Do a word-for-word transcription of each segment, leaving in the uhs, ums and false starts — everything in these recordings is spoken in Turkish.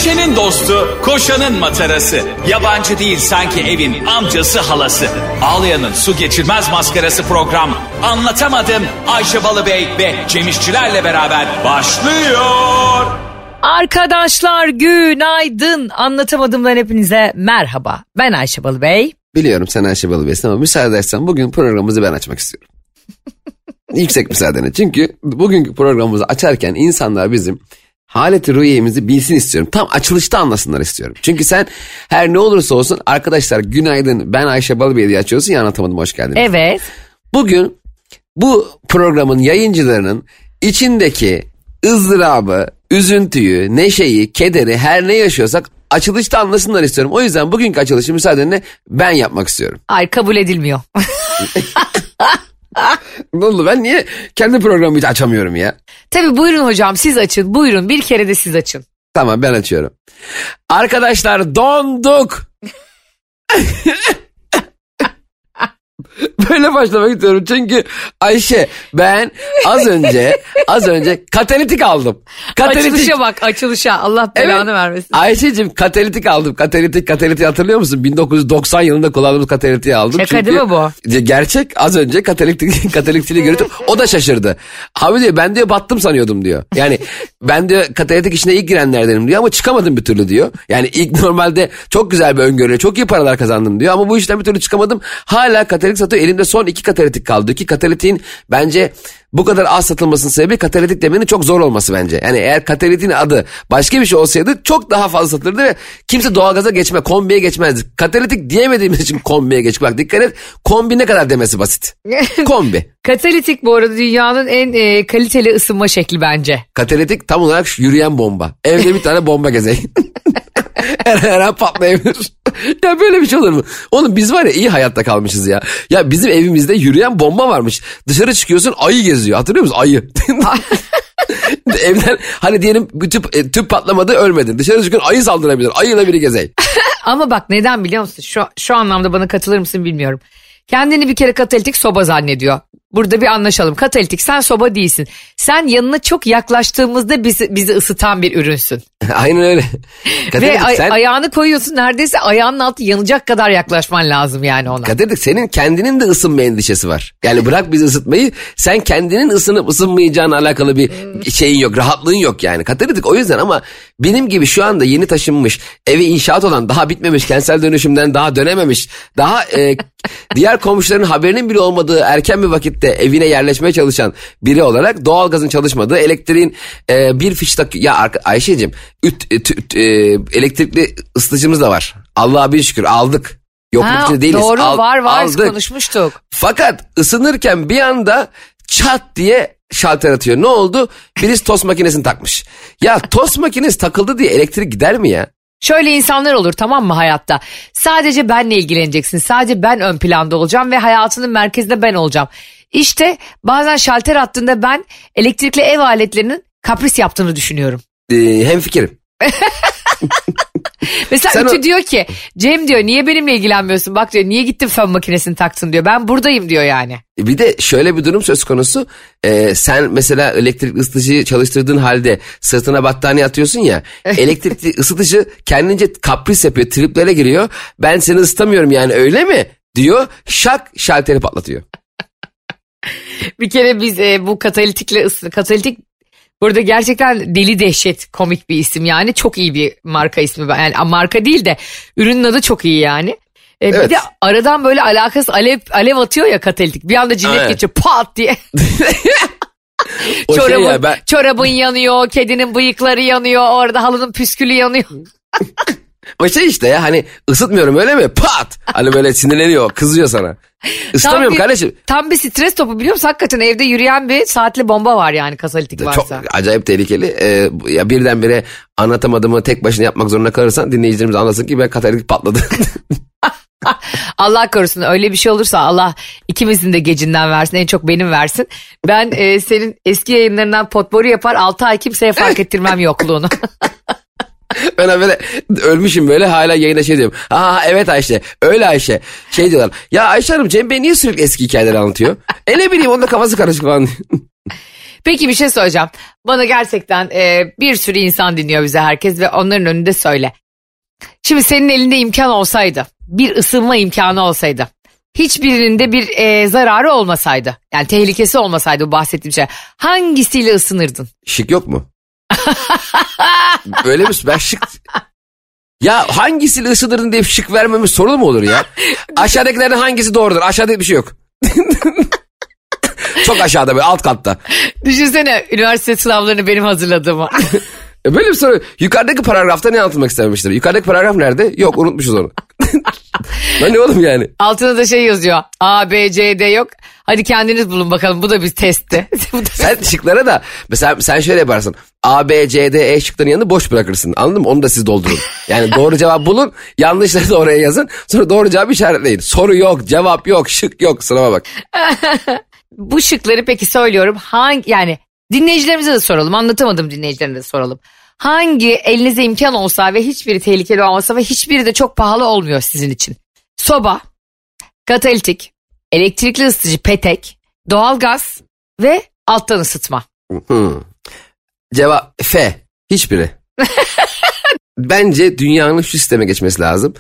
Ayşe'nin dostu, koşanın matarası. Yabancı değil sanki evin amcası halası. Ağlayan'ın su geçirmez maskarası program. Anlatamadım Ayşe Balıbey ve Cemişçilerle beraber başlıyor. Arkadaşlar günaydın. Anlatamadımdan hepinize merhaba. Ben Ayşe Balıbey. Biliyorum sen Ayşe Balıbey'sin ama müsaade edersen bugün programımızı ben açmak istiyorum. Yüksek müsaadene. Çünkü bugünkü programımızı açarken insanlar bizim haleti ruhiyemizi bilsin istiyorum. Tam açılışta anlasınlar istiyorum. Çünkü sen her ne olursa olsun arkadaşlar günaydın ben Ayşe Balıbey diye açıyorsun ya, anlatamadım, hoş geldin. Evet. Bugün bu programın yayıncılarının içindeki ızdırabı, üzüntüyü, neşeyi, kederi her ne yaşıyorsak açılışta anlasınlar istiyorum. O yüzden bugünkü açılışı müsaadenle ben yapmak istiyorum. Ay kabul edilmiyor. Ne oldu, ben niye kendi programımı hiç açamıyorum ya? Tabii buyurun hocam, siz açın. Buyurun, bir kere de siz açın. Tamam, ben açıyorum. Arkadaşlar donduk. Böyle başlamak istiyorum çünkü Ayşe ben az önce az önce katalitik aldım. Katalitik. Açılışa bak, açılışa. Allah belanı evet. vermesin. Ayşe'cim katalitik aldım. Katalitik katalitik hatırlıyor musun? bin dokuz yüz doksan yılında kullandığımız katalitiği aldım. Şaka çünkü değil mi bu? Gerçek, az önce katalitik katalikçiliği görüntüm. O da şaşırdı. Abi diyor ben diyor battım sanıyordum diyor. Yani ben diyor katalitik işine ilk girenlerdenim diyor ama çıkamadım bir türlü diyor. Yani ilk normalde çok güzel bir öngörüyle çok iyi paralar kazandım diyor ama bu işten bir türlü çıkamadım. Hala katalitik satıyor. Elimde son iki katalitik kaldı. Ki katalitiğin bence bu kadar az satılmasının sebebi katalitik demenin çok zor olması bence. Yani eğer katalitiğin adı başka bir şey olsaydı çok daha fazla satılırdı ve kimse doğalgaza geçme, kombiye geçmezdi. Katalitik diyemediğimiz için kombiye geç. Bak dikkat et, kombi ne kadar demesi basit. Kombi. Katalitik bu arada dünyanın en e, kaliteli ısınma şekli bence. Katalitik tam olarak yürüyen bomba. Evde bir tane bomba gezeyim. Her, her an patlayabilir. Ya böyle bir şey olur mu? Oğlum biz var ya iyi hayatta kalmışız ya. Ya bizim evimizde yürüyen bomba varmış. Dışarı çıkıyorsun ayı geziyor. Hatırlıyor musun? Ayı. Evden hani diyelim tüp, e, tüp patlamadı, ölmedin. Dışarı çıkıyorsun ayı saldırabilir. Ayıyla biri gezey. Ama bak neden biliyor musun? Şu, şu anlamda bana katılır mısın bilmiyorum. Kendini bir kere katalitik soba zannediyor. Burada bir anlaşalım. Katalitik sen soba değilsin. Sen yanına çok yaklaştığımızda bizi, bizi ısıtan bir ürünsün. Aynen öyle. Katalitik, Ve ay- sen... ayağını koyuyorsun, neredeyse ayağının altı yanacak kadar yaklaşman lazım yani ona. Katalitik senin kendinin de ısınma endişesi var. Yani bırak bizi ısıtmayı, sen kendinin ısınıp ısınmayacağına alakalı bir şeyin yok, rahatlığın yok yani. Katalitik o yüzden. Ama benim gibi şu anda yeni taşınmış, evi inşaat olan, daha bitmemiş, kentsel dönüşümden daha dönememiş, daha e, diğer komşuların haberinin bile olmadığı erken bir vakitte evine yerleşmeye çalışan biri olarak doğalgazın çalışmadığı, elektriğin e, bir fiş tak... Ya Ayşe'cim üt, üt, üt, e, elektrikli ısıtıcımız da var. Allah'a bir şükür aldık. Yokluk içinde değiliz. Doğru Al, var var aldık. Konuşmuştuk. Fakat ısınırken bir anda çat diye şalter atıyor. Ne oldu? Birisi tost makinesini takmış. Ya tost makinesi takıldı diye elektrik gider mi ya? Şöyle insanlar olur, tamam mı, hayatta? Sadece benle ilgileneceksin. Sadece ben ön planda olacağım ve hayatının merkezinde ben olacağım. İşte bazen şalter attığında ben elektrikli ev aletlerinin kapris yaptığını düşünüyorum. Ee, hemfikirim. Mesela Sen Ütü o... diyor ki Cem diyor niye benimle ilgilenmiyorsun? Bak diyor niye gittin fön makinesini taktın diyor. Ben buradayım diyor yani. Bir de şöyle bir durum söz konusu. Ee, sen mesela elektrikli ısıtıcıyı çalıştırdığın halde sırtına battaniye atıyorsun ya. Elektrikli ısıtıcı kendince kapris yapıyor. Triplere giriyor. Ben seni ısıtamıyorum yani öyle mi? Diyor. Şak şalteri patlatıyor. Bir kere biz e, bu katalitikle ısı, katalitik burada gerçekten deli dehşet komik bir isim yani. Çok iyi bir marka ismi. Yani marka değil de ürünün adı çok iyi yani. Ee, evet. Bir de aradan böyle alakasız alev, alev atıyor ya katalitik. Bir anda cinnet geçiyor pat diye. çorabın, şey ya, ben... çorabın yanıyor, kedinin bıyıkları yanıyor, orada halının püskülü yanıyor. O şey işte ya, hani ısıtmıyorum öyle mi? Pat! Hani böyle sinirleniyor, kızıyor sana. Isıtamıyorum kardeşim. Tam bir stres topu biliyor musun? Hakikaten evde yürüyen bir saatli bomba var yani katalitik varsa. Çok acayip tehlikeli. Ee, ya birdenbire anlatamadığımı tek başına yapmak zorunda kalırsan dinleyicilerimiz anlasın ki ben katalitik patladı. Allah korusun, öyle bir şey olursa Allah ikimizin de gecinden versin, en çok benim versin. Ben e, senin eski yayınlarından potpourri yapar altı ay kimseye fark ettirmem yokluğunu. Ben böyle ölmüşüm böyle hala yayına şey diyorum. Aa evet Ayşe öyle Ayşe. Şey diyorlar ya Ayşe Hanım Cem Bey niye sürekli eski hikayeleri anlatıyor? E ne bileyim onun da kafası karışık falan. Peki bir şey söyleyeceğim. Bana gerçekten e, bir sürü insan dinliyor bize herkes ve onların önünde söyle. Şimdi senin elinde imkan olsaydı, bir ısınma imkanı olsaydı, hiçbirinin de bir e, zararı olmasaydı, yani tehlikesi olmasaydı bu bahsettiğim şey, hangisiyle ısınırdın? Şık yok mu? Öyle mi? Ben şık... Ya hangisiyle ısınırdın diye şık vermemiz sorun mu olur ya? Aşağıdakilerin hangisi doğrudur? Aşağıda bir şey yok. Çok aşağıda böyle alt katta. Düşünsene üniversite sınavlarını benim hazırladığımı. Böyle bir soru. Yukarıdaki paragrafta ne anlatmak istemiştir? Yukarıdaki paragraf nerede? Yok, unutmuşuz onu. Lan ne oğlum yani? Altına da şey yazıyor. A, B, C, D yok. Hadi kendiniz bulun bakalım. Bu da bir testti. Sen şıklara da mesela sen şöyle yaparsın. A, B, C, D, E şıkların yanında boş bırakırsın. Anladın mı? Onu da siz doldurun. Yani doğru cevap bulun. Yanlışları da oraya yazın. Sonra doğru cevabı işaretleyin. Soru yok, cevap yok, şık yok. Sınava bak. Bu şıkları peki söylüyorum. Hangi, yani dinleyicilerimize de soralım. Anlatamadım, dinleyicilerine de soralım. Hangi elinize imkan olsa ve hiçbiri tehlikeli olmasa ve hiçbiri de çok pahalı olmuyor sizin için? Soba, katalitik, elektrikli ısıtıcı petek, doğalgaz ve alttan ısıtma. Hmm. Cevap F. Hiçbiri. Bence dünyanın şu sisteme geçmesi lazım.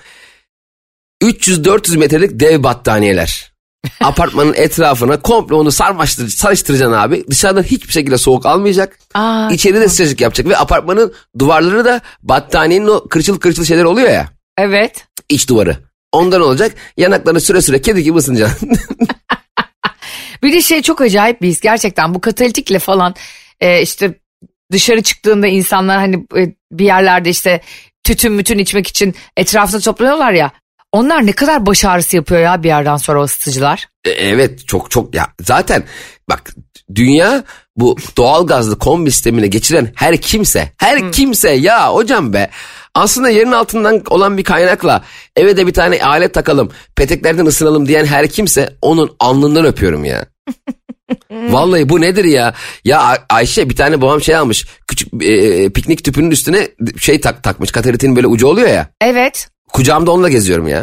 üç yüz dört yüz metrelik dev battaniyeler. Apartmanın etrafına komple onu sarmaştır, sarıştıracaksın abi. Dışarıdan hiçbir şekilde soğuk almayacak. Aa, İçeride sıcacık yapacak ve apartmanın duvarları da battaniyenin o kırçıl kırçıl şeyler oluyor ya. evet. İç duvarı. Ondan olacak. Yanaklarını süre süre kedi gibi ısınacaksın. Bir de şey çok acayip bir his gerçekten, bu katalitikle falan e, işte dışarı çıktığında insanlar hani e, bir yerlerde işte tütün mütün içmek için etrafında toplanıyorlar ya. Onlar ne kadar baş ağrısı yapıyor ya bir yerden sonra o ısıtıcılar. E, evet çok çok ya zaten bak dünya bu doğalgazlı kombi sistemine geçiren her kimse her hmm. kimse ya hocam be aslında yerin altından olan bir kaynakla eve de bir tane alet takalım peteklerden ısınalım diyen her kimse onun alnından öpüyorum ya. Vallahi bu nedir ya? Ya Ay- Ayşe bir tane babam şey almış küçük e, piknik tüpünün üstüne şey tak takmış katalitin böyle ucu oluyor ya. Evet. Kucağımda onunla geziyorum ya.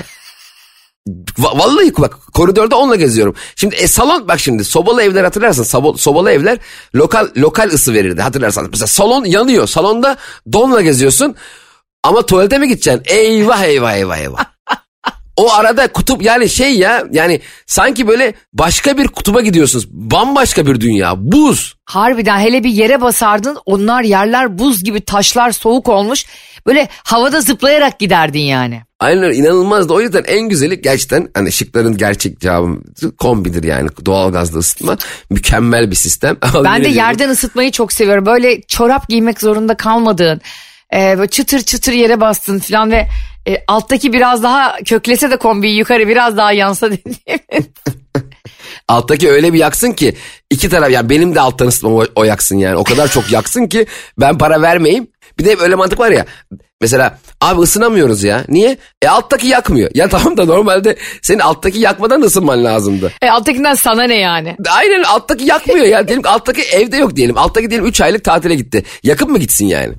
Va- vallahi bak koridorda onunla geziyorum. Şimdi e, salon bak şimdi sobalı evler hatırlarsın sobalı, sobalı evler lokal lokal ısı verirdi hatırlarsan. Mesela salon yanıyor salonda donla geziyorsun ama tuvalete mi gideceksin? Eyvah eyvah eyvah eyvah. O arada kutup yani şey ya yani sanki böyle başka bir kutuba gidiyorsunuz. Bambaşka bir dünya buz. Harbiden hele bir yere basardın onlar yerler buz gibi taşlar soğuk olmuş. Böyle havada zıplayarak giderdin yani. Aynen öyle inanılmazdı. O yüzden en güzeli gerçekten hani şıkların gerçek cevabı kombidir yani doğalgazlı ısıtma. Mükemmel bir sistem. Ben de yerden ısıtmayı çok seviyorum. Böyle çorap giymek zorunda kalmadığın, e, böyle çıtır çıtır yere bastın falan ve e, alttaki biraz daha köklese de kombiyi yukarı biraz daha yansa dediğim. Alttaki öyle bir yaksın ki iki taraf yani benim de alttan ısıtmam o, o yaksın yani. O kadar çok yaksın ki ben para vermeyeyim. Bir de öyle mantık var ya. Mesela abi ısınamıyoruz ya. Niye? E alttaki yakmıyor. Ya tamam da normalde senin alttaki yakmadan ısınman lazımdı. E alttakinden sana ne yani? Aynen alttaki yakmıyor ya. Diyelim ki alttaki evde yok diyelim. Alttaki diyelim üç aylık tatile gitti. Yakıp mı gitsin yani?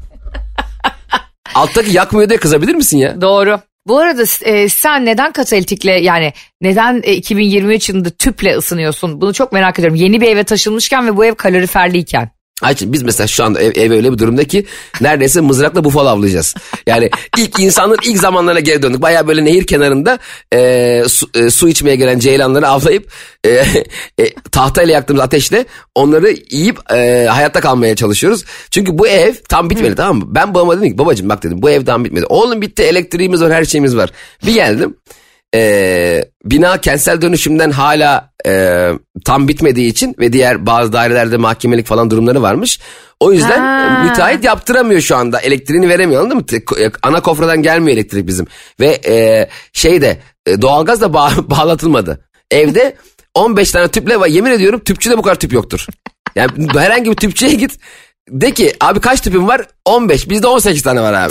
Alttaki yakmıyor diye kızabilir misin ya? Doğru. Bu arada e, sen neden katalitikle yani neden e, iki bin yirmi üç yılında tüple ısınıyorsun? Bunu çok merak ediyorum. Yeni bir eve taşınmışken ve bu ev kaloriferliyken. Ayçin biz mesela şu anda ev, ev öyle bir durumda ki neredeyse mızrakla bufalo avlayacağız. Yani ilk insanların ilk zamanlarına geri döndük. Bayağı böyle nehir kenarında e, su, e, su içmeye gelen ceylanları avlayıp e, e, tahtayla yaktığımız ateşle onları yiyip e, hayatta kalmaya çalışıyoruz. Çünkü bu ev tam bitmedi tamam mı? Ben babama dedim ki babacığım bak dedim bu ev tam bitmedi. Oğlum bitti elektriğimiz var her şeyimiz var. Bir geldim. Ee, bina kentsel dönüşümden hala e, tam bitmediği için ve diğer bazı dairelerde mahkemelik falan durumları varmış. O yüzden ha. müteahhit yaptıramıyor şu anda elektriğini veremiyor anladın mı? Ana kofradan gelmiyor elektrik bizim ve e, şeyde e, doğalgaz da bağ- bağlatılmadı. Evde on beş tane tüple var yemin ediyorum tüpçüde bu kadar tüp yoktur. Yani herhangi bir tüpçüye git de ki abi kaç tüpün var? on beş bizde on sekiz tane var abi.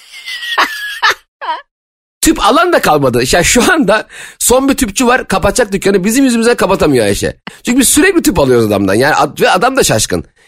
Tüp alan da kalmadı. Yani şu anda son bir tüpçü var kapatacak dükkanı bizim yüzümüze kapatamıyor Ayşe. Çünkü biz sürekli tüp alıyoruz adamdan. Yani ve adam da şaşkın.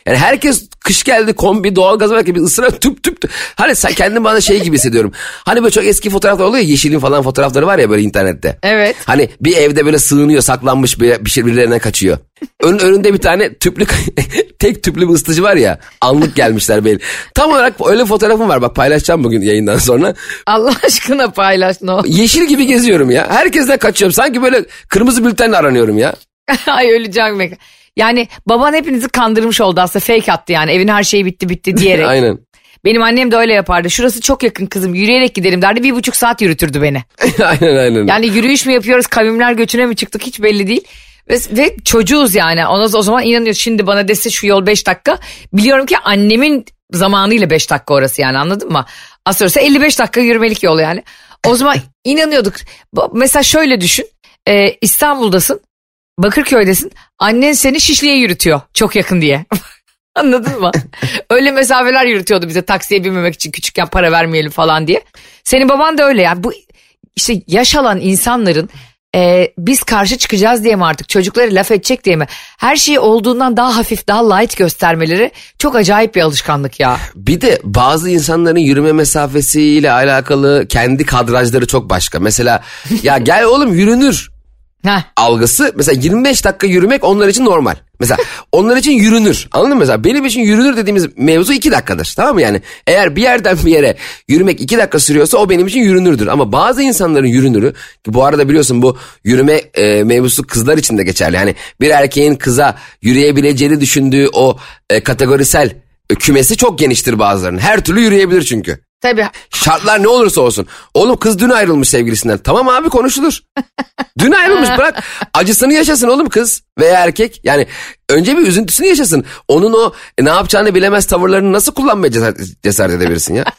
Yani herkes kış geldi kombi doğalgaz var ki bir ısıra tüp tüp. tüp. Hani sen kendin bana şey gibi hissediyorum. Hani böyle çok eski fotoğraflar oluyor ya, Yeşil'in falan fotoğrafları var ya böyle internette. Evet. Hani bir evde böyle sığınıyor, saklanmış bir, bir şey birilerine kaçıyor. Ön, önünde bir tane tüplü tek tüplü bir ısıtıcı var ya, anlık gelmişler böyle. Tam olarak öyle fotoğrafım var, bak paylaşacağım bugün yayından sonra. Allah aşkına paylaş ne olur. Yeşil gibi geziyorum ya. Herkesten kaçıyorum. Sanki böyle kırmızı bültenle aranıyorum ya. Ay öleceğim. Yani baban hepinizi kandırmış oldu aslında, fake attı yani, evin her şeyi bitti bitti diyerek. Aynen. Benim annem de öyle yapardı. Şurası çok yakın kızım, yürüyerek gidelim derdi, bir buçuk saat yürütürdü beni. Aynen aynen. Yani yürüyüş mü yapıyoruz, kavimler göçüne mi çıktık hiç belli değil. Ve, ve çocuğuz yani, ona o zaman inanıyoruz. Şimdi bana dese şu yol beş dakika, biliyorum ki annemin zamanıyla beş dakika orası yani, anladın mı? Aslında elli beş dakika yürümelik yol yani. O zaman inanıyorduk. Mesela şöyle düşün, e, İstanbul'dasın, Bakırköy'desin, annen seni Şişli'ye yürütüyor çok yakın diye. Anladın mı? Öyle mesafeler yürütüyordu bize, taksiye binmemek için, küçükken para vermeyelim falan diye. Senin baban da öyle yani. Bu işte yaş alan insanların e, biz karşı çıkacağız diye mi artık, çocukları laf edecek diye mi, her şeyi olduğundan daha hafif, daha light göstermeleri çok acayip bir alışkanlık ya. Bir de bazı insanların yürüme mesafesiyle alakalı kendi kadrajları çok başka. Mesela ya gel oğlum yürünür Heh. algısı, mesela yirmi beş dakika yürümek onlar için normal. Mesela onlar için yürünür, anladın mı? Mesela benim için yürünür dediğimiz mevzu iki dakikadır, tamam mı? Yani eğer bir yerden bir yere yürümek iki dakika sürüyorsa o benim için yürünürdür. Ama bazı insanların yürünürü, ki bu arada biliyorsun bu yürüme e, mevzusu kızlar için de geçerli. Yani bir erkeğin kıza yürüyebileceğini düşündüğü o e, kategorisel e, kümesi çok geniştir bazılarının. Her türlü yürüyebilir çünkü. Tabii. Şartlar ne olursa olsun. Oğlum kız dün ayrılmış sevgilisinden. Tamam abi, konuşulur. Dün ayrılmış, bırak acısını yaşasın oğlum kız veya erkek. Yani önce bir üzüntüsünü yaşasın. Onun o e, ne yapacağını bilemez tavırlarını nasıl kullanmaya cesaret, cesaret edebilirsin ya?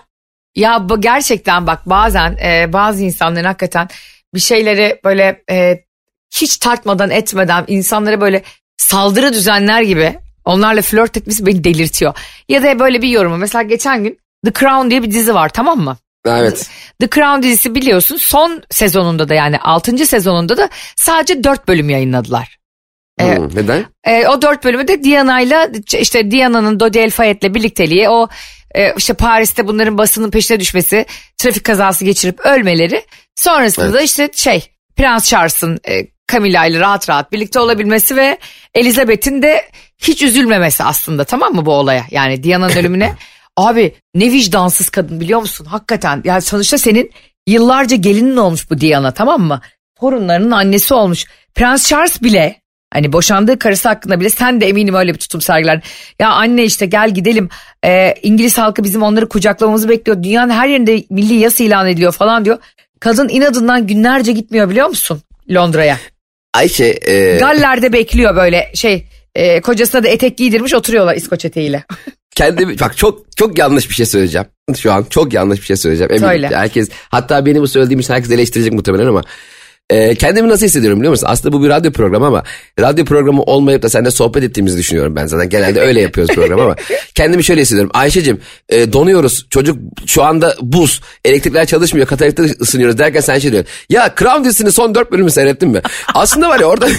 Ya bu gerçekten bak, bazen e, bazı insanların hakikaten bir şeyleri böyle e, hiç tartmadan etmeden insanlara böyle saldırı düzenler gibi onlarla flört etmesi beni delirtiyor. Ya da böyle bir yorumu, mesela geçen gün The Crown diye bir dizi var, tamam mı? Evet. The Crown dizisi biliyorsun son sezonunda da, yani altıncı sezonunda da sadece dört bölüm yayınladılar. Hmm, ee, neden? E, o dört bölümü de Diana'yla, işte Diana'nın Dodi El Fayed'le birlikteliği, o e, işte Paris'te bunların basının peşine düşmesi, trafik kazası geçirip ölmeleri, sonrasında evet. da işte şey Prens Charles'ın e, Camilla ile rahat rahat birlikte olabilmesi ve Elizabeth'in de hiç üzülmemesi aslında, tamam mı bu olaya, yani Diana'nın ölümüne. Abi ne vicdansız kadın biliyor musun? Hakikaten yani sonuçta senin yıllarca gelinin olmuş bu Diana, tamam mı? Torunlarının annesi olmuş. Prens Charles bile, hani boşandığı karısı hakkında bile sen de eminim öyle bir tutum sergiler. Ya anne işte gel gidelim, ee, İngiliz halkı bizim onları kucaklamamızı bekliyor. Dünyanın her yerinde milli yas ilan ediliyor falan diyor. Kadın inadından günlerce gitmiyor biliyor musun Londra'ya? Ayşe. E... Galler'de bekliyor böyle şey, e, kocasına da etek giydirmiş oturuyorlar İskoç eteğiyle. Kendimi, bak çok çok yanlış bir şey söyleyeceğim. Şu an çok yanlış bir şey söyleyeceğim. Eminim. Söyle. Herkes, hatta benim bu söylediğim için herkes eleştirecek muhtemelen ama e, kendimi nasıl hissediyorum biliyor musun? Aslında bu bir radyo programı ama radyo programı olmayıp da seninle sohbet ettiğimizi düşünüyorum ben zaten. Genelde öyle yapıyoruz programı ama kendimi şöyle hissediyorum. Ayşe'cim e, donuyoruz, çocuk şu anda buz, elektrikler çalışmıyor, katalytikte ısınıyoruz derken sen şey diyorsun. Ya Crown dizisinin son dört bölümü seyrettin mi? Aslında var ya orada...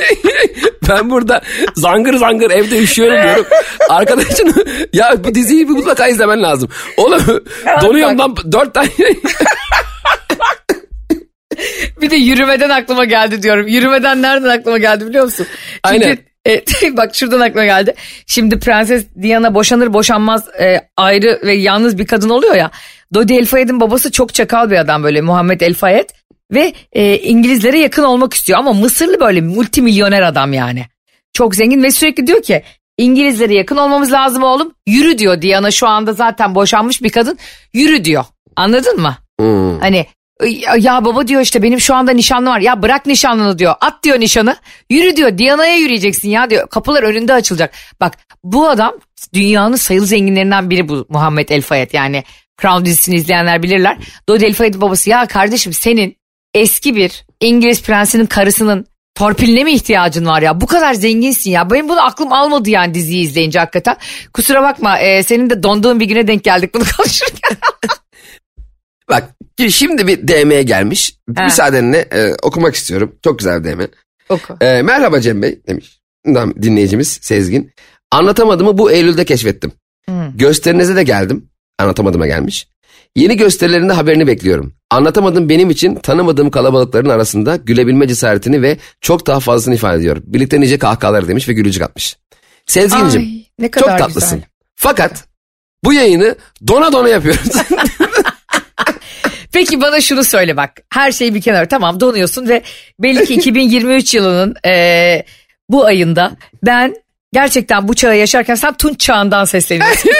Ben burada zangır zangır evde üşüyorum diyorum. Arkadaşın ya bu diziyi bir mutlaka izlemen lazım. Oğlum donuyorum lan dört tane. Bir de yürümeden aklıma geldi diyorum. Yürümeden nereden aklıma geldi biliyor musun? Çünkü, aynen. E, bak şuradan aklıma geldi. Şimdi Prenses Diana boşanır boşanmaz e, ayrı ve yalnız bir kadın oluyor ya. Dodi El Fayed'in babası çok çakal bir adam, böyle Muhammed El Fayed. Ve e, İngilizlere yakın olmak istiyor ama Mısırlı böyle multimilyoner adam yani. Çok zengin ve sürekli diyor ki İngilizlere yakın olmamız lazım oğlum. Yürü diyor, Diana şu anda zaten boşanmış bir kadın. Yürü diyor, anladın mı? Hmm. Hani ya baba diyor işte benim şu anda nişanlım var. Ya bırak nişanlını diyor, at diyor nişanı. Yürü diyor, Diana'ya yürüyeceksin ya diyor. Kapılar önünde açılacak. Bak bu adam dünyanın sayılı zenginlerinden biri, bu Muhammed El Fayed. Yani Crown dizisini izleyenler bilirler. Dodi El Fayed'in babası, ya kardeşim senin eski bir İngiliz prensinin karısının torpiline mi ihtiyacın var ya? Bu kadar zenginsin ya. Benim bunu aklım almadı yani diziyi izleyince hakikaten. Kusura bakma, e, senin de donduğun bir güne denk geldik bunu konuşurken. Bak şimdi bir D M gelmiş. Ha. Müsaadenle e, okumak istiyorum. Çok güzel bir D M. Oku. E, merhaba Cem Bey demiş dinleyicimiz Sezgin. Anlatamadım'ı bu Eylül'de keşfettim. Hmm. Gösterinize de geldim. Anlatamadım'a gelmiş. Yeni gösterilerinde haberini bekliyorum. Anlatamadım benim için tanımadığım kalabalıkların arasında gülebilme cesaretini ve çok daha fazlasını ifade ediyor. Birlikte nice kahkahaları demiş ve gülücük atmış. Sezgin'cim çok tatlısın. Güzel. Fakat bu yayını dona dona yapıyoruz. Peki bana şunu söyle bak. Her şey bir kenara, tamam donuyorsun ve belli ki iki bin yirmi üç yılının e, bu ayında ben gerçekten bu çağı yaşarken sen Tunç çağından sesleniyorsun.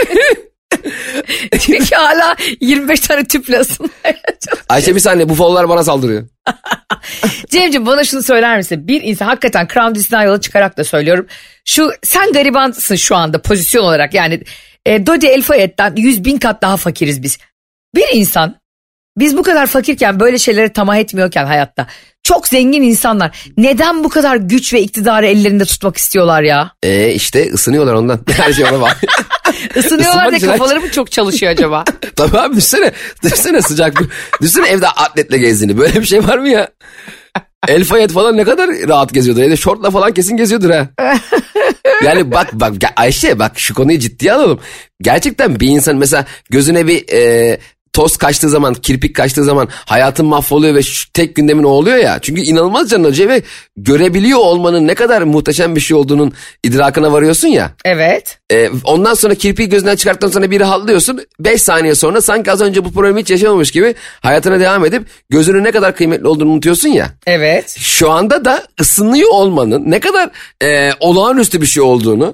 Çünkü hala yirmi beş tane tüple ısınmaya. Ayşe bir saniye, bu follar bana saldırıyor. Cemciğim bana şunu söyler misin? Bir insan hakikaten Crown dizisinden yola çıkarak da söylüyorum. Şu sen garibansın şu anda pozisyon olarak, yani e, Dodi El Fayed'den yüz bin kat daha fakiriz biz. Bir insan, biz bu kadar fakirken, böyle şeylere tamah etmiyorken hayatta, çok zengin insanlar neden bu kadar güç ve iktidarı ellerinde tutmak istiyorlar ya? E işte ısınıyorlar ondan. Her şey ona bak. Isınıyorlar da kafaları mı çok çalışıyor acaba? Tabii abi, düşünsene. Düşünsene sıcak. Düşünsene evde atletle gezdiğini. Böyle bir şey var mı ya? El Fayed falan ne kadar rahat geziyordur. Evde şortla falan kesin geziyordur ha. Yani bak bak Ayşe, bak şu konuyu ciddiye alalım. Gerçekten bir insan mesela gözüne bir e, toz kaçtığı zaman, kirpik kaçtığı zaman hayatın mahvoluyor ve şu tek gündemin o oluyor ya. Çünkü inanılmaz canın acıyor ve görebiliyor olmanın ne kadar muhteşem bir şey olduğunun idrakına varıyorsun ya. Evet. E, ondan sonra kirpiği gözünden çıkarttıktan sonra bir rahatlıyorsun. beş saniye sonra sanki az önce bu problemi hiç yaşamamış gibi hayatına devam edip gözünün ne kadar kıymetli olduğunu unutuyorsun ya. Evet. Şu anda da ısınıyor olmanın ne kadar e, olağanüstü bir şey olduğunu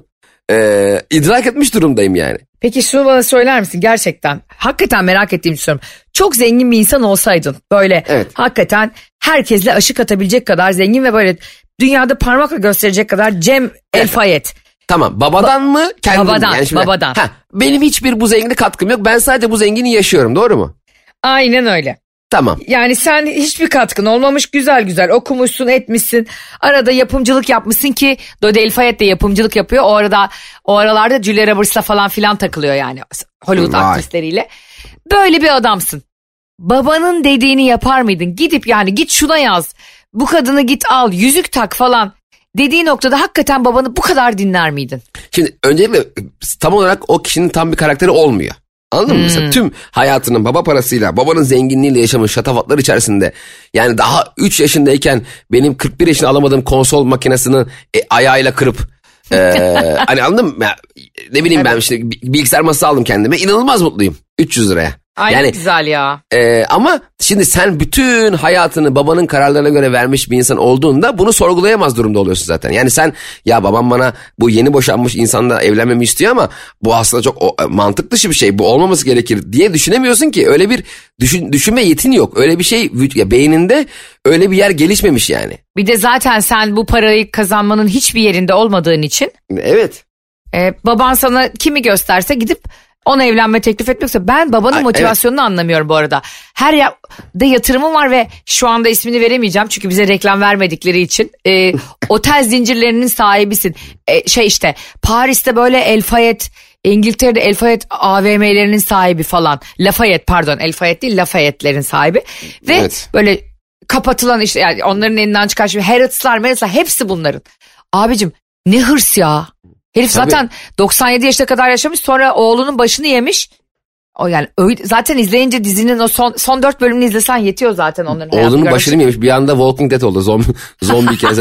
e, idrak etmiş durumdayım yani. Peki şunu bana söyler misin gerçekten? Hakikaten merak ettiğimi düşünüyorum. Çok zengin bir insan olsaydın, böyle evet, hakikaten herkesle aşık atabilecek kadar zengin ve böyle dünyada parmakla gösterecek kadar Cem evet. El Fayed. Tamam, babadan ba- mı kendim? Babadan, yani şimdi, babadan. Ha, benim hiçbir bu zenginlik katkım yok. Ben sadece bu zenginliği yaşıyorum, doğru mu? Aynen öyle. Tamam. Yani sen hiçbir katkın olmamış, güzel güzel okumuşsun, etmişsin. Arada yapımcılık yapmışsın ki Dodi El Fayed de yapımcılık yapıyor. O arada o aralarda Julia Roberts'la falan filan takılıyor yani Hollywood Vay. aktrisleriyle. Böyle bir adamsın. Babanın dediğini yapar mıydın? Gidip yani git şuna yaz. Bu kadını git al, yüzük tak falan dediği noktada hakikaten babanı bu kadar dinler miydin? Şimdi öncelikle tam olarak o kişinin tam bir karakteri olmuyor. Anladın mı? Hmm. Mesela tüm hayatının baba parasıyla, babanın zenginliğiyle yaşamış şatafatlar içerisinde, yani daha üç yaşındayken benim kırk bir yaşında alamadığım konsol makinesini e, ayağıyla kırıp e, hani anladın mı? Ya, ne bileyim evet. Ben işte bilgisayar masası aldım kendime, inanılmaz mutluyum üç yüz liraya. Ay yani, güzel ya. E, ama şimdi sen bütün hayatını babanın kararlarına göre vermiş bir insan olduğunda bunu sorgulayamaz durumda oluyorsun zaten. Yani sen ya babam bana bu yeni boşanmış insanla evlenmemi istiyor ama bu aslında çok o, mantık dışı bir şey, bu olmaması gerekir diye düşünemiyorsun ki. Öyle bir düşün, düşünme yetin yok. Öyle bir şey ya, beyninde öyle bir yer gelişmemiş yani. Bir de zaten sen bu parayı kazanmanın hiçbir yerinde olmadığın için. Evet. E, baban sana kimi gösterse gidip ona evlenme teklif etmiyorsa, ben babanın Ay, motivasyonunu evet. anlamıyorum bu arada. Her yerde yatırımım var ve şu anda ismini veremeyeceğim çünkü bize reklam vermedikleri için. E, otel zincirlerinin sahibisin. E, şey işte Paris'te böyle El Fayed, İngiltere'de El Fayed A V M'lerinin sahibi falan. Lafayette pardon, El Fayed değil Lafayette'lerin sahibi. Ve evet. böyle kapatılan işte yani onların elinden çıkan şimdi Harrods'lar, Harrods'lar hepsi bunların. Abicim ne hırs ya. Herif Tabii. zaten doksan yedi yaşına kadar yaşamış, sonra oğlunun başını yemiş. O yani öyle, zaten izleyince dizinin o son son dört bölümünü izlesen yetiyor zaten onların. Oğlunun başını yemiş, bir anda Walking Dead oldu, zombi zombi kez.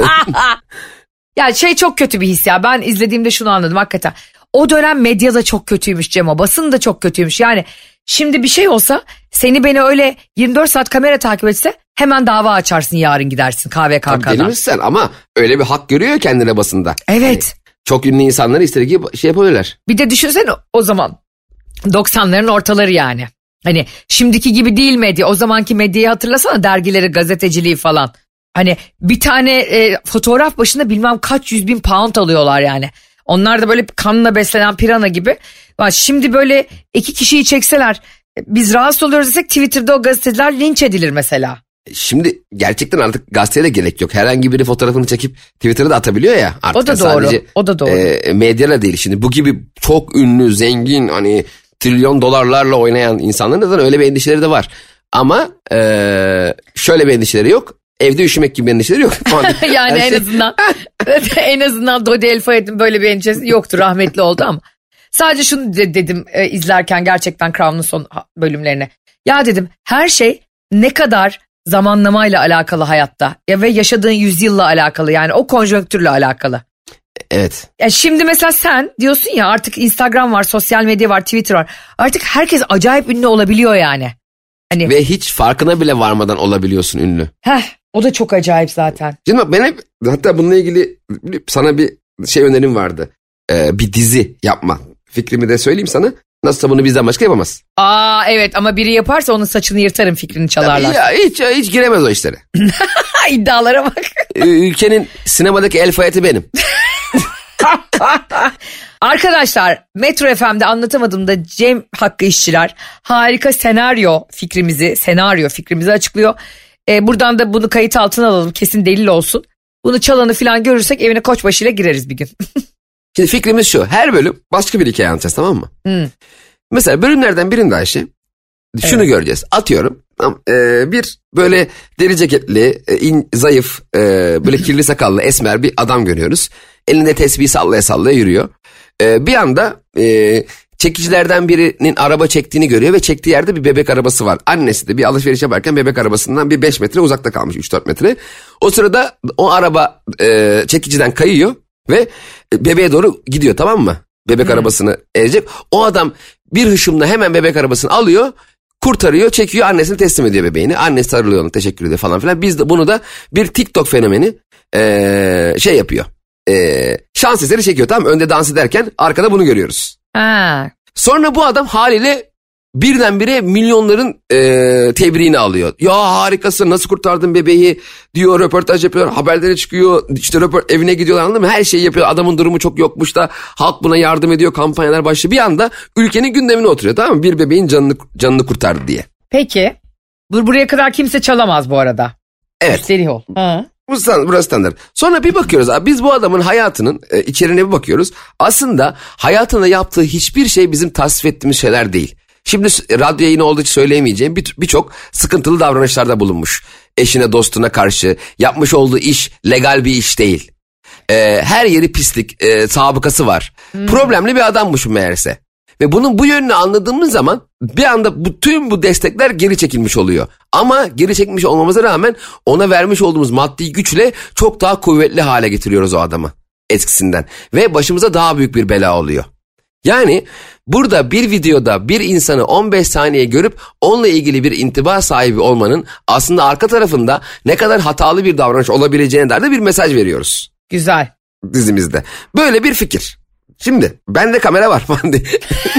Ya şey çok kötü bir his ya, ben izlediğimde şunu anladım hakikaten. O dönem medya da çok kötüymüş Cemo, basın da çok kötüymüş yani. Şimdi bir şey olsa, seni beni öyle yirmi dört saat kamera takip etse hemen dava açarsın, yarın gidersin K V K K'dan. Tabii deli misin ama öyle bir hak görüyor kendine basında. Evet. Yani çok ünlü insanları istediği gibi şey yapabilirler. Bir de düşünsene o zaman doksanların ortaları yani. Hani şimdiki gibi değil medya. O zamanki medyayı hatırlasana, dergileri, gazeteciliği falan. Hani bir tane e, fotoğraf başına bilmem kaç yüz bin pound alıyorlar yani. Onlar da böyle kanla beslenen pirana gibi. Şimdi böyle iki kişiyi çekseler, biz rahatsız oluyoruz desek Twitter'da o gazeteciler linç edilir mesela. Şimdi gerçekten artık gazeteye de gerek yok. Herhangi biri fotoğrafını çekip Twitter'a da atabiliyor ya. Artık o da doğru. Sadece, o da doğru. E, medyayla değil. Şimdi bu gibi çok ünlü, zengin, hani trilyon dolarlarla oynayan insanların da öyle bir endişeleri de var. Ama e, şöyle bir endişeleri yok. Evde üşümek gibi endişeleri yok. Yani Her en şey... azından en azından Dodi El Fayed'in böyle bir endişesi yoktu, rahmetli oldu ama. Sadece şunu de, dedim e, izlerken gerçekten Crown'un son bölümlerini. Ya dedim her şey ne kadar zamanlamayla alakalı hayatta ya ve yaşadığın yüzyılla alakalı, yani o konjonktürle alakalı. Evet. Ya şimdi mesela sen diyorsun ya artık Instagram var, sosyal medya var, Twitter var. Artık herkes acayip ünlü olabiliyor yani. Hani... Ve hiç farkına bile varmadan olabiliyorsun ünlü. Heh, o da çok acayip zaten. Şimdi bak ben hep, hatta bununla ilgili sana bir şey önerim vardı. Ee, bir dizi yapma. Fikrimi de söyleyeyim sana. Nasılsa bunu bizden başka yapamaz. Aa evet, ama biri yaparsa onun saçını yırtarım, fikrini çalarlar. Ya, hiç, hiç giremez o işlere. İddialara bak. Ülkenin sinemadaki El Fayed'i benim. Arkadaşlar Metro F M'de Anlatamadığımda Cem Hakkı İşçiler harika senaryo fikrimizi senaryo fikrimizi açıklıyor. Ee, buradan da bunu kayıt altına alalım, kesin delil olsun. Bunu çalanı falan görürsek evine koçbaşıyla gireriz bir gün. Şimdi fikrimiz şu, her bölüm başka bir hikaye anlatacağız, tamam mı? Hmm. Mesela bölümlerden birinde Ayşe şunu evet. göreceğiz, atıyorum e, bir böyle deri ceketli e, in, zayıf e, böyle kirli sakallı esmer bir adam görüyoruz. Elinde tesbih sallaya sallaya yürüyor. E, bir anda e, çekicilerden birinin araba çektiğini görüyor ve çektiği yerde bir bebek arabası var. Annesi de bir alışveriş yaparken bebek arabasından bir beş metre uzakta kalmış, üç dört metre. O sırada o araba e, çekiciden kayıyor ve bebeğe doğru gidiyor, tamam mı? Bebek hmm. arabasını ezecek. O adam bir hışımla hemen bebek arabasını alıyor, kurtarıyor, çekiyor, annesini teslim ediyor bebeğini. Annesi sarılıyor ona, teşekkür ediyor falan filan. Biz de bunu da bir TikTok fenomeni e, şey yapıyor. E, şans eseri çekiyor, tamam mı? Önde dans ederken arkada bunu görüyoruz. Ha. Sonra bu adam haliyle birdenbire milyonların e, tebriğini alıyor. Ya harikasın, nasıl kurtardın bebeği diyor, röportaj yapıyor, haberlere çıkıyor, işte röport, evine gidiyorlar, anladın mı? Her şeyi yapıyor, adamın durumu çok yokmuş da halk buna yardım ediyor, kampanyalar başlıyor. Bir anda ülkenin gündemine oturuyor, tamam mı? Bir bebeğin canını canını kurtardı diye. Peki bur buraya kadar kimse çalamaz bu arada. Evet. Üstelik ol. Ha. Bu stand, burası standart. Sonra bir bakıyoruz abi, biz bu adamın hayatının e, içeriğine bir bakıyoruz. Aslında hayatında yaptığı hiçbir şey bizim tasvip ettiğimiz şeyler değil. Şimdi radyo yayını olduğu için söyleyemeyeceğim birçok bir sıkıntılı davranışlarda bulunmuş. Eşine, dostuna karşı yapmış olduğu iş legal bir iş değil. Ee, her yeri pislik, e, sabıkası var. Hmm. Problemli bir adammış meğerse. Ve bunun bu yönünü anladığımız zaman bir anda bu, tüm bu destekler geri çekilmiş oluyor. Ama geri çekilmiş olmamıza rağmen ona vermiş olduğumuz maddi güçle çok daha kuvvetli hale getiriyoruz o adamı eskisinden. Ve başımıza daha büyük bir bela oluyor. Yani burada bir videoda bir insanı on beş saniye görüp onunla ilgili bir intiba sahibi olmanın aslında arka tarafında ne kadar hatalı bir davranış olabileceğine dair de bir mesaj veriyoruz. Güzel. Dizimizde. Böyle bir fikir. Şimdi bende kamera var falan diye.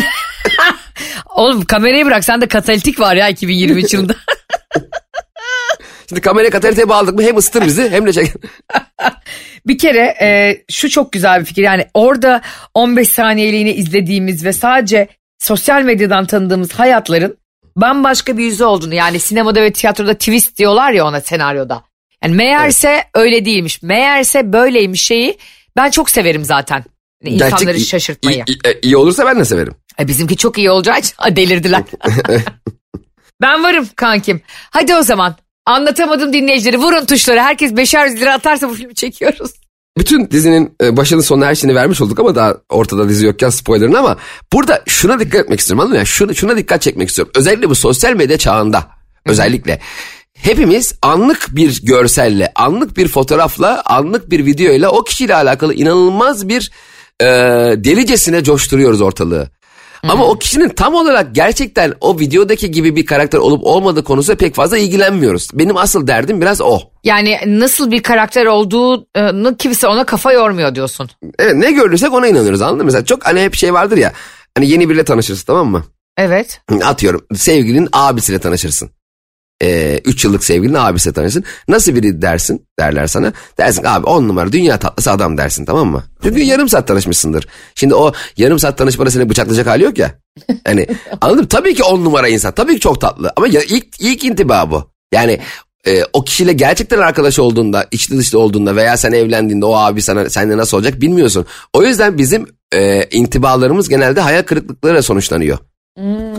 Oğlum kamerayı bırak, sende katalitik var ya iki bin yirmi üç yılında. Şimdi kameraya kataliteye bağladık mı hem ısıtır bizi hem de çek. Bir kere e, şu çok güzel bir fikir, yani orada on beş saniyeliğini izlediğimiz ve sadece sosyal medyadan tanıdığımız hayatların bambaşka bir yüzü olduğunu, yani sinemada ve tiyatroda twist diyorlar ya ona, senaryoda. Yani meğerse evet. öyle değilmiş, meğerse böyleymiş şeyi ben çok severim zaten. İnsanları Gerçek, şaşırtmayı. İyi, iyi, iyi olursa ben de severim. E, bizimki çok iyi olacağı için delirdiler. Ben varım kankim. Hadi o zaman. Anlatamadım dinleyicileri, vurun tuşları. Herkes beşer yüz lira atarsa bu filmi çekiyoruz. Bütün dizinin başını sonuna her şeyini vermiş olduk ama daha ortada dizi yokken spoilerını, ama burada şuna dikkat etmek istiyorum, anladın mı? Yani şuna, şuna dikkat çekmek istiyorum. Özellikle bu sosyal medya çağında özellikle hepimiz anlık bir görselle, anlık bir fotoğrafla, anlık bir videoyla o kişiyle alakalı inanılmaz bir e, delicesine coşturuyoruz ortalığı. Hmm. Ama o kişinin tam olarak gerçekten o videodaki gibi bir karakter olup olmadığı konusunda pek fazla ilgilenmiyoruz. Benim asıl derdim biraz o. Yani nasıl bir karakter olduğunu kimse ona kafa yormuyor diyorsun. Evet, ne görürsek ona inanıyoruz, anladın mı? Mesela çok hani hep şey vardır ya, hani yeni biriyle tanışırsın, tamam mı? Evet. Atıyorum sevgilinin abisiyle tanışırsın. Ee, üç yıllık sevgilinin abisiyle tanışırsın. Nasıl biri dersin derler sana. Dersin abi on numara dünya tatlısı adam dersin, tamam mı? Çünkü yarım saat tanışmışsındır. Şimdi o yarım saat tanışmada seni bıçaklayacak hali yok ya. Hani anladın mı? Tabii ki on numara insan. Tabii ki çok tatlı. Ama ya, ilk, ilk intiba bu. Yani e, o kişiyle gerçekten arkadaş olduğunda, içli dışlı olduğunda veya sen evlendiğinde o abi sana seninle nasıl olacak bilmiyorsun. O yüzden bizim e, intibalarımız genelde hayal kırıklıklarıyla sonuçlanıyor. Hmm.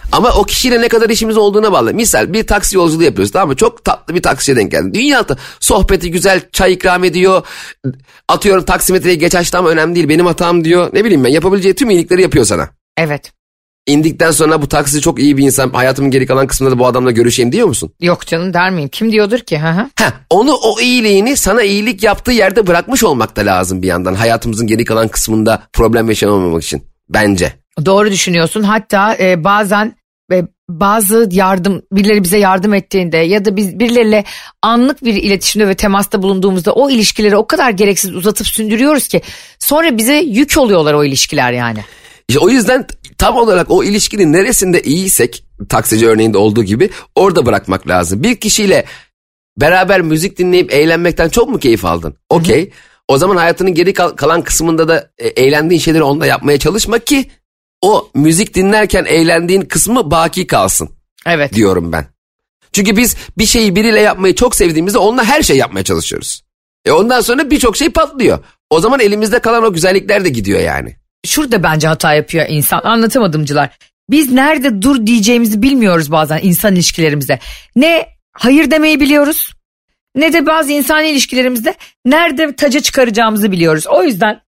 Ama o kişiyle ne kadar işimiz olduğuna bağlı. Misal bir taksi yolculuğu yapıyoruz, tamam mı? Çok tatlı bir taksiye denk geldin. Dünyada sohbeti güzel, çay ikram ediyor. Atıyorum taksimetreyi geç açtı ama önemli değil, benim hatam diyor. Ne bileyim ben, yapabileceği tüm iyilikleri yapıyor sana. Evet. İndikten sonra bu taksici çok iyi bir insan, hayatımın geri kalan kısmında da bu adamla görüşeyim diyor musun? Yok canım, der miyim? Kim diyordur ki? Hı hı. Heh, onu, o iyiliğini sana iyilik yaptığı yerde bırakmış olmak da lazım bir yandan. Hayatımızın geri kalan kısmında problem yaşamamak için bence. Doğru düşünüyorsun. Hatta e, bazen e, bazı yardım, birileri bize yardım ettiğinde ya da biz birileriyle anlık bir iletişimde ve temasta bulunduğumuzda o ilişkileri o kadar gereksiz uzatıp sündürüyoruz ki sonra bize yük oluyorlar o ilişkiler yani. İşte o yüzden tam olarak o ilişkinin neresinde iyiysek, taksici örneğinde olduğu gibi orada bırakmak lazım. Bir kişiyle beraber müzik dinleyip eğlenmekten çok mu keyif aldın? Okey. O zaman hayatının geri kal- kalan kısmında da e, eğlendiğin şeyleri onunla yapmaya çalışma ki o müzik dinlerken eğlendiğin kısmı baki kalsın. Evet. Diyorum ben. Çünkü biz bir şeyi biriyle yapmayı çok sevdiğimizde onunla her şey yapmaya çalışıyoruz. E ondan sonra birçok şey patlıyor. O zaman elimizde kalan o güzellikler de gidiyor yani. Şurada bence hata yapıyor insan, anlatamadımcılar. Biz nerede dur diyeceğimizi bilmiyoruz bazen insan ilişkilerimizde. Ne hayır demeyi biliyoruz, ne de bazı insan ilişkilerimizde nerede taca çıkaracağımızı biliyoruz. O yüzden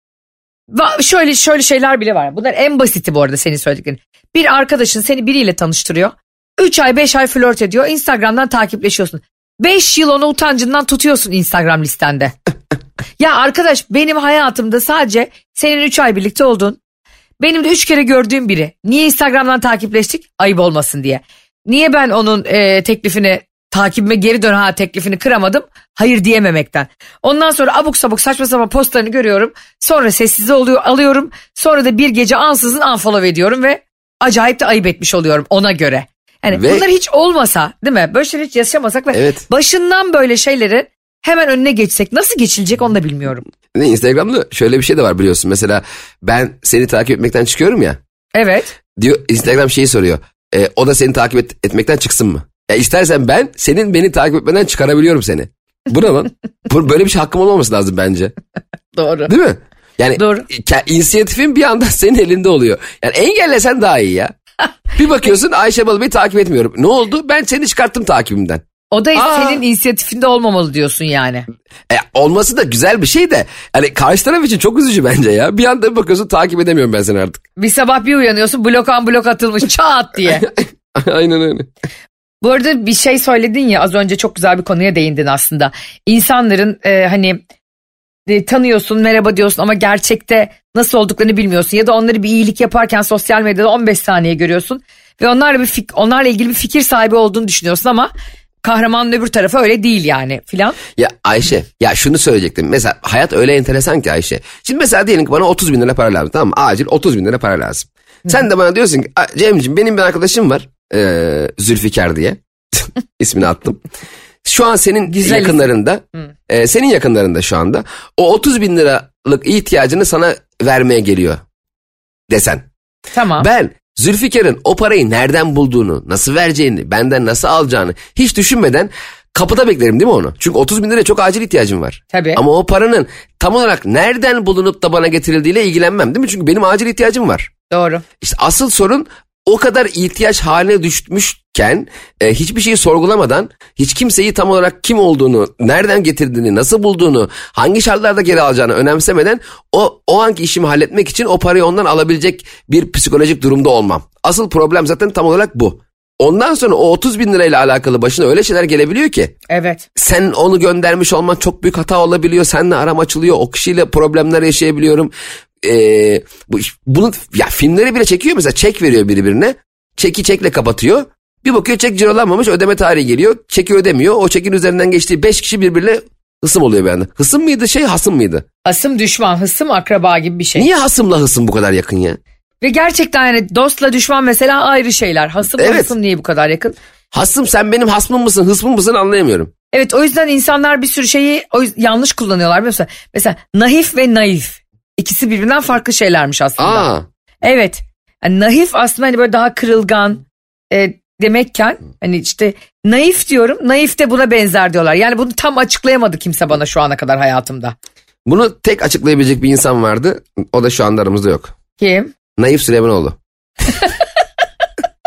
şöyle şöyle şeyler bile var. Bunlar en basiti bu arada senin söylediklerin. Bir arkadaşın seni biriyle tanıştırıyor. üç ay beş ay flört ediyor. Instagram'dan takipleşiyorsun. beş yıl onu utancından tutuyorsun Instagram listende. Ya arkadaş, benim hayatımda sadece senin üç ay birlikte olduğun, benim de üç kere gördüğüm biri. Niye Instagram'dan takipleştik? Ayıp olmasın diye. Niye ben onun e, teklifini, takibime geri dön ha teklifini kıramadım? Hayır diyememekten. Ondan sonra abuk sabuk saçma sapan postlarını görüyorum. Sonra sessize oluyor, alıyorum. Sonra da bir gece ansızın unfollow ediyorum ve acayip de ayıp etmiş oluyorum ona göre. Yani ve... bunlar hiç olmasa, değil mi? Böyle şeyler hiç yaşamasak ve evet. Başından böyle şeyleri hemen önüne geçsek nasıl geçilecek onu da bilmiyorum. Instagram'da şöyle bir şey de var biliyorsun. Mesela ben seni takip etmekten çıkıyorum ya. Evet. Diyor, Instagram şeyi soruyor. E, o da seni takip et, etmekten çıksın mı? Ya istersen ben senin beni takip etmeden çıkarabiliyorum seni. Bu ne lan? Böyle bir şey hakkım olmaması lazım bence. Doğru. Değil mi? Yani doğru. İnisiyatifin bir anda senin elinde oluyor. Yani engellesen daha iyi ya. Bir bakıyorsun Ayşe Balıbey'i takip etmiyorum. Ne oldu? Ben seni çıkarttım takibimden. O da Aa. senin inisiyatifinde olmamalı diyorsun yani. E, olması da güzel bir şey de. Yani karşı taraf için çok üzücü bence ya. Bir anda bir bakıyorsun takip edemiyorum ben seni artık. Bir sabah bir uyanıyorsun blokan blok atılmış çat diye. Aynen öyle. Bu arada bir şey söyledin ya az önce, çok güzel bir konuya değindin aslında. İnsanların e, hani e, tanıyorsun, merhaba diyorsun ama gerçekte nasıl olduklarını bilmiyorsun. Ya da onları bir iyilik yaparken sosyal medyada on beş saniye görüyorsun. Ve onlarla, bir fik- onlarla ilgili bir fikir sahibi olduğunu düşünüyorsun ama kahramanın öbür tarafı öyle değil yani filan. Ya Ayşe, ya şunu söyleyecektim. Mesela hayat öyle enteresan ki Ayşe. Şimdi mesela diyelim ki bana otuz bin lira para lazım, tamam mı? Acil otuz bin lira para lazım. Hı. Sen de bana diyorsun ki Cemciğim benim bir arkadaşım var. Ee, Zülfikar diye. İsmini attım. Şu an senin Güzel yakınlarında, e, senin yakınlarında şu anda o otuz bin liralık ihtiyacını sana vermeye geliyor desen. Tamam. Ben Zülfikar'ın o parayı nereden bulduğunu, nasıl vereceğini, benden nasıl alacağını hiç düşünmeden kapıda beklerim değil mi onu? Çünkü otuz bin liraya çok acil ihtiyacım var. Tabii. Ama o paranın tam olarak nereden bulunup da bana getirildiğiyle ilgilenmem değil mi? Çünkü benim acil ihtiyacım var. Doğru. İşte asıl sorun o kadar ihtiyaç haline düşmüşken e, hiçbir şeyi sorgulamadan, hiç kimseyi tam olarak kim olduğunu, nereden getirdiğini, nasıl bulduğunu, hangi şartlarda geri alacağını önemsemeden o o anki işimi halletmek için o parayı ondan alabilecek bir psikolojik durumda olmam. Asıl problem zaten tam olarak bu. Ondan sonra o otuz bin lirayla alakalı başına öyle şeyler gelebiliyor ki. Evet. Sen onu göndermiş olman çok büyük hata olabiliyor. Seninle aram açılıyor. O kişiyle problemler yaşayabiliyorum. Ee, bu, bunu ya filmleri bile çekiyor, mesela çek veriyor biri birine. Çeki çekle kapatıyor. Bir bakıyor çek cirolanmamış, ödeme tarihi geliyor. Çeki ödemiyor. O çekin üzerinden geçtiği beş kişi birbirine hısım oluyor bir anda. Hısım mıydı şey hasım mıydı? Hasım düşman, hısım akraba gibi bir şey. Niye hasımla hısım bu kadar yakın ya? Ve gerçekten yani dostla düşman mesela ayrı şeyler. Hasımla evet. Hısım niye bu kadar yakın? Hasım sen benim hasmım mısın hısmım mısın anlayamıyorum. Evet, o yüzden insanlar bir sürü şeyi o yüzden yanlış kullanıyorlar. Mesela, mesela naif ve naif. İkisi birbirinden farklı şeylermiş aslında. Aa. Evet. Yani naif aslında hani böyle daha kırılgan e, demekken hani işte naif diyorum. Naif de buna benzer diyorlar. Yani bunu tam açıklayamadı kimse bana şu ana kadar hayatımda. Bunu tek açıklayabilecek bir insan vardı. O da şu anda aramızda yok. Kim? Naif Süleymanoğlu.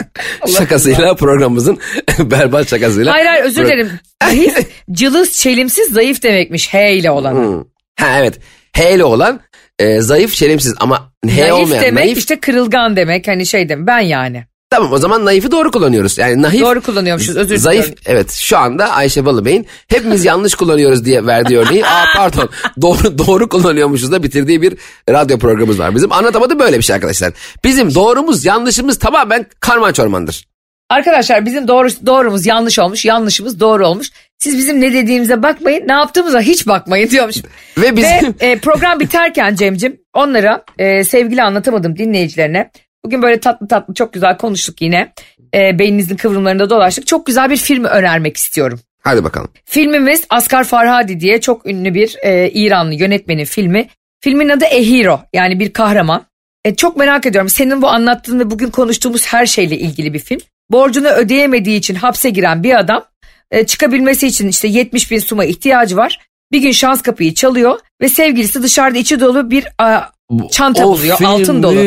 şakasıyla programımızın berbat şakasıyla. Hayır hayır özür dilerim. Zayıf, cılız, çelimsiz, zayıf demekmiş H ile olan. Hmm. Ha evet. H ile olan e, zayıf, çelimsiz ama H naif olmayan demek naif. işte kırılgan demek hani şey demek ben yani. Tamam o zaman naifi doğru kullanıyoruz. Yani naif. Doğru kullanıyormuşuz özür dilerim. Zayıf evet şu anda Ayşe Balıbey'in hepimiz yanlış kullanıyoruz diye verdiği örneği. Aa pardon doğru doğru kullanıyormuşuz da bitirdiği bir radyo programımız var bizim. Anlatamadım böyle bir şey arkadaşlar. Bizim doğrumuz yanlışımız tamamen karman çormandır. Arkadaşlar bizim doğru, doğrumuz yanlış olmuş, yanlışımız doğru olmuş. Siz bizim ne dediğimize bakmayın, ne yaptığımıza hiç bakmayın diyormuşum. Ve, bizim... Ve e, program biterken Cem'cim onlara e, sevgili anlatamadım dinleyicilerine. Bugün böyle tatlı tatlı çok güzel konuştuk yine. E, beyninizin kıvrımlarında dolaştık. Çok güzel bir film önermek istiyorum. Hadi bakalım. Filmimiz Asghar Farhadi diye çok ünlü bir e, İranlı yönetmenin filmi. Filmin adı A Hero yani bir kahraman. E, çok merak ediyorum senin bu anlattığın ve bugün konuştuğumuz her şeyle ilgili bir film. Borcunu ödeyemediği için hapse giren bir adam e, çıkabilmesi için işte yetmiş bin suma ihtiyacı var. Bir gün şans kapıyı çalıyor ve sevgilisi dışarıda içi dolu bir a, çanta o buluyor film altın dolu.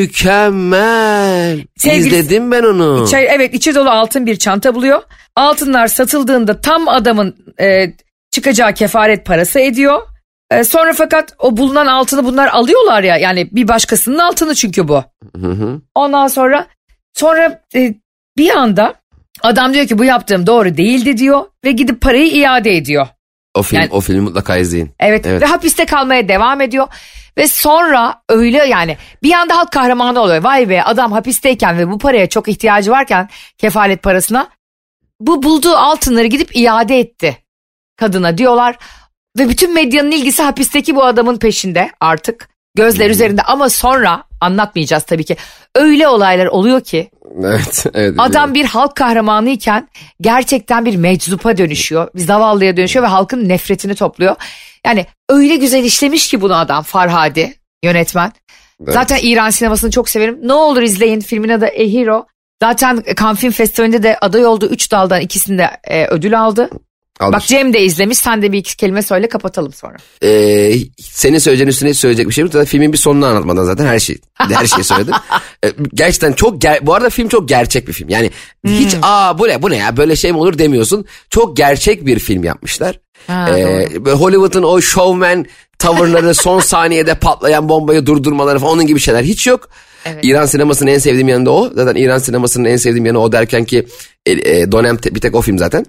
Mükemmel. Sevgilisi, İzledim ben onu. Içi, evet içi dolu altın bir çanta buluyor. Altınlar satıldığında tam adamın e, çıkacağı kefaret parası ediyor. E, sonra fakat o bulunan altını bunlar alıyorlar ya yani bir başkasının altını çünkü bu. Hı hı. Ondan sonra sonra e, bir anda adam diyor ki bu yaptığım doğru değildi diyor ve gidip parayı iade ediyor. O film yani, o filmi mutlaka izleyin. Evet, evet ve hapiste kalmaya devam ediyor. Ve sonra öyle yani bir anda halk kahramanı oluyor. Vay be adam hapisteyken ve bu paraya çok ihtiyacı varken kefalet parasına bu bulduğu altınları gidip iade etti kadına diyorlar. Ve bütün medyanın ilgisi hapisteki bu adamın peşinde artık gözler üzerinde ama sonra anlatmayacağız tabii ki. Öyle olaylar oluyor ki evet, evet, adam bir halk kahramanıyken gerçekten bir meczupa dönüşüyor. Bir zavallıya dönüşüyor ve halkın nefretini topluyor. Yani öyle güzel işlemiş ki bunu adam Farhadi yönetmen. Evet. Zaten İran sinemasını çok severim. Ne olur izleyin filmin adı A Hero. Zaten Cannes Film Festivali'nde de aday oldu. Üç daldan ikisinde e, ödül aldı. Alır. Bak Cem de izlemiş. Sen de bir iki kelime söyle kapatalım sonra. Ee, senin söyleyeceğin üstüne söyleyecek bir şey mi? Zaten filmin bir sonunu anlatmadan zaten her şey her şeyi söyledim. ee, gerçekten çok ger- bu arada film çok gerçek bir film. Yani hmm. hiç aa bu ne bu ne ya böyle şey mi olur demiyorsun. Çok gerçek bir film yapmışlar. Ha, ee, Hollywood'un o showman tavırları son saniyede patlayan bombayı durdurmaları falan onun gibi şeyler hiç yok. Evet. İran sinemasının en sevdiğim yanı da o. Zaten İran sinemasının en sevdiğim yanı o derken ki e, e, dönem te, bir tek o film zaten.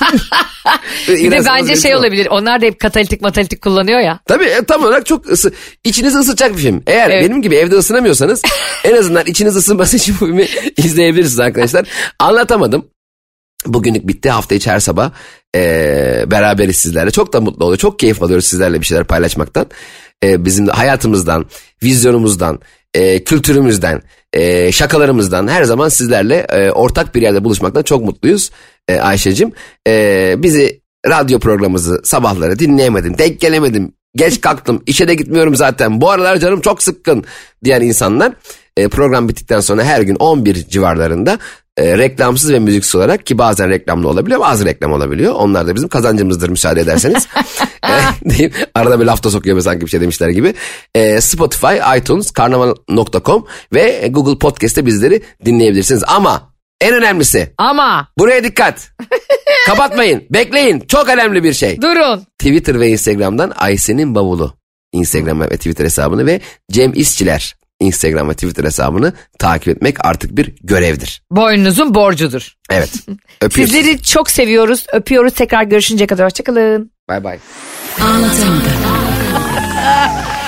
Bir de bence şey olabilir. Onlar da hep katalitik matalitik kullanıyor ya. Tabii e, tam olarak çok ısı, içinizi ısıtacak bir film. Eğer evet. benim gibi evde ısınamıyorsanız en azından içiniz ısınması için bu filmi izleyebilirsiniz arkadaşlar. Anlatamadım. Bugünlük bitti. Hafta içi her sabah e, beraberiz sizlerle. Çok da mutlu oluyor. Çok keyif alıyoruz sizlerle bir şeyler paylaşmaktan. E, bizim de hayatımızdan, vizyonumuzdan, e, kültürümüzden, e, şakalarımızdan her zaman sizlerle e, ortak bir yerde buluşmaktan çok mutluyuz e, Ayşe'cim. E, bizi radyo programımızı sabahları dinleyemedim, denk gelemedim, geç kalktım, işe de gitmiyorum zaten, bu aralar canım çok sıkkın diyen insanlar e, program bittikten sonra her gün on bir civarlarında E, reklamsız ve müziksiz olarak ki bazen reklamlı olabiliyor bazı reklam olabiliyor. Onlar da bizim kazancımızdır müsaade ederseniz. e, deyip, arada bir lafta sokuyor sanki bir şey demişler gibi. E, Spotify, iTunes, karnaval nokta com ve Google Podcast'te bizleri dinleyebilirsiniz. Ama en önemlisi. Ama. Buraya dikkat. Kapatmayın. Bekleyin. Çok önemli bir şey. Durun. Twitter ve Instagram'dan Ayşe'nin bavulu. Instagram ve Twitter hesabını ve Cem İşçiler Instagram ve Twitter hesabını takip etmek artık bir görevdir. Boynunuzun borcudur. Evet. Öpüyoruz. Sizleri çok seviyoruz. Öpüyoruz. Tekrar görüşünceye kadar hoşçakalın. Bay bay. Anlatamadım.